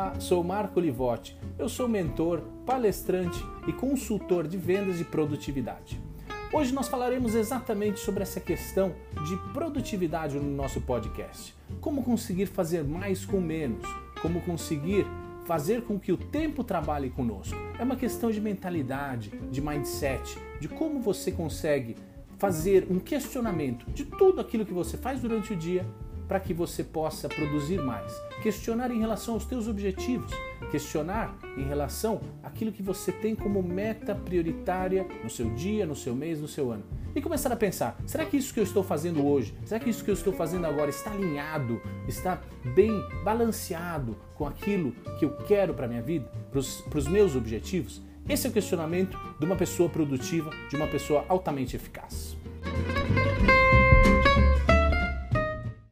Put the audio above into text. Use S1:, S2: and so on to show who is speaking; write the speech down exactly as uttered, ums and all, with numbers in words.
S1: Olá, sou Marco Livotti, eu sou mentor, palestrante e consultor de vendas e produtividade. Hoje nós falaremos exatamente sobre essa questão de produtividade no nosso podcast. Como conseguir fazer mais com menos, como conseguir fazer com que o tempo trabalhe conosco. É uma questão de mentalidade, de mindset, de como você consegue fazer um questionamento de tudo aquilo que você faz durante o dia para que você possa produzir mais. Questionar em relação aos teus objetivos, questionar em relação àquilo que você tem como meta prioritária no seu dia, no seu mês, no seu ano. E começar a pensar, será que isso que eu estou fazendo hoje, será que isso que eu estou fazendo agora está alinhado, está bem balanceado com aquilo que eu quero para a minha vida, para os meus objetivos? Esse é o questionamento de uma pessoa produtiva, de uma pessoa altamente eficaz.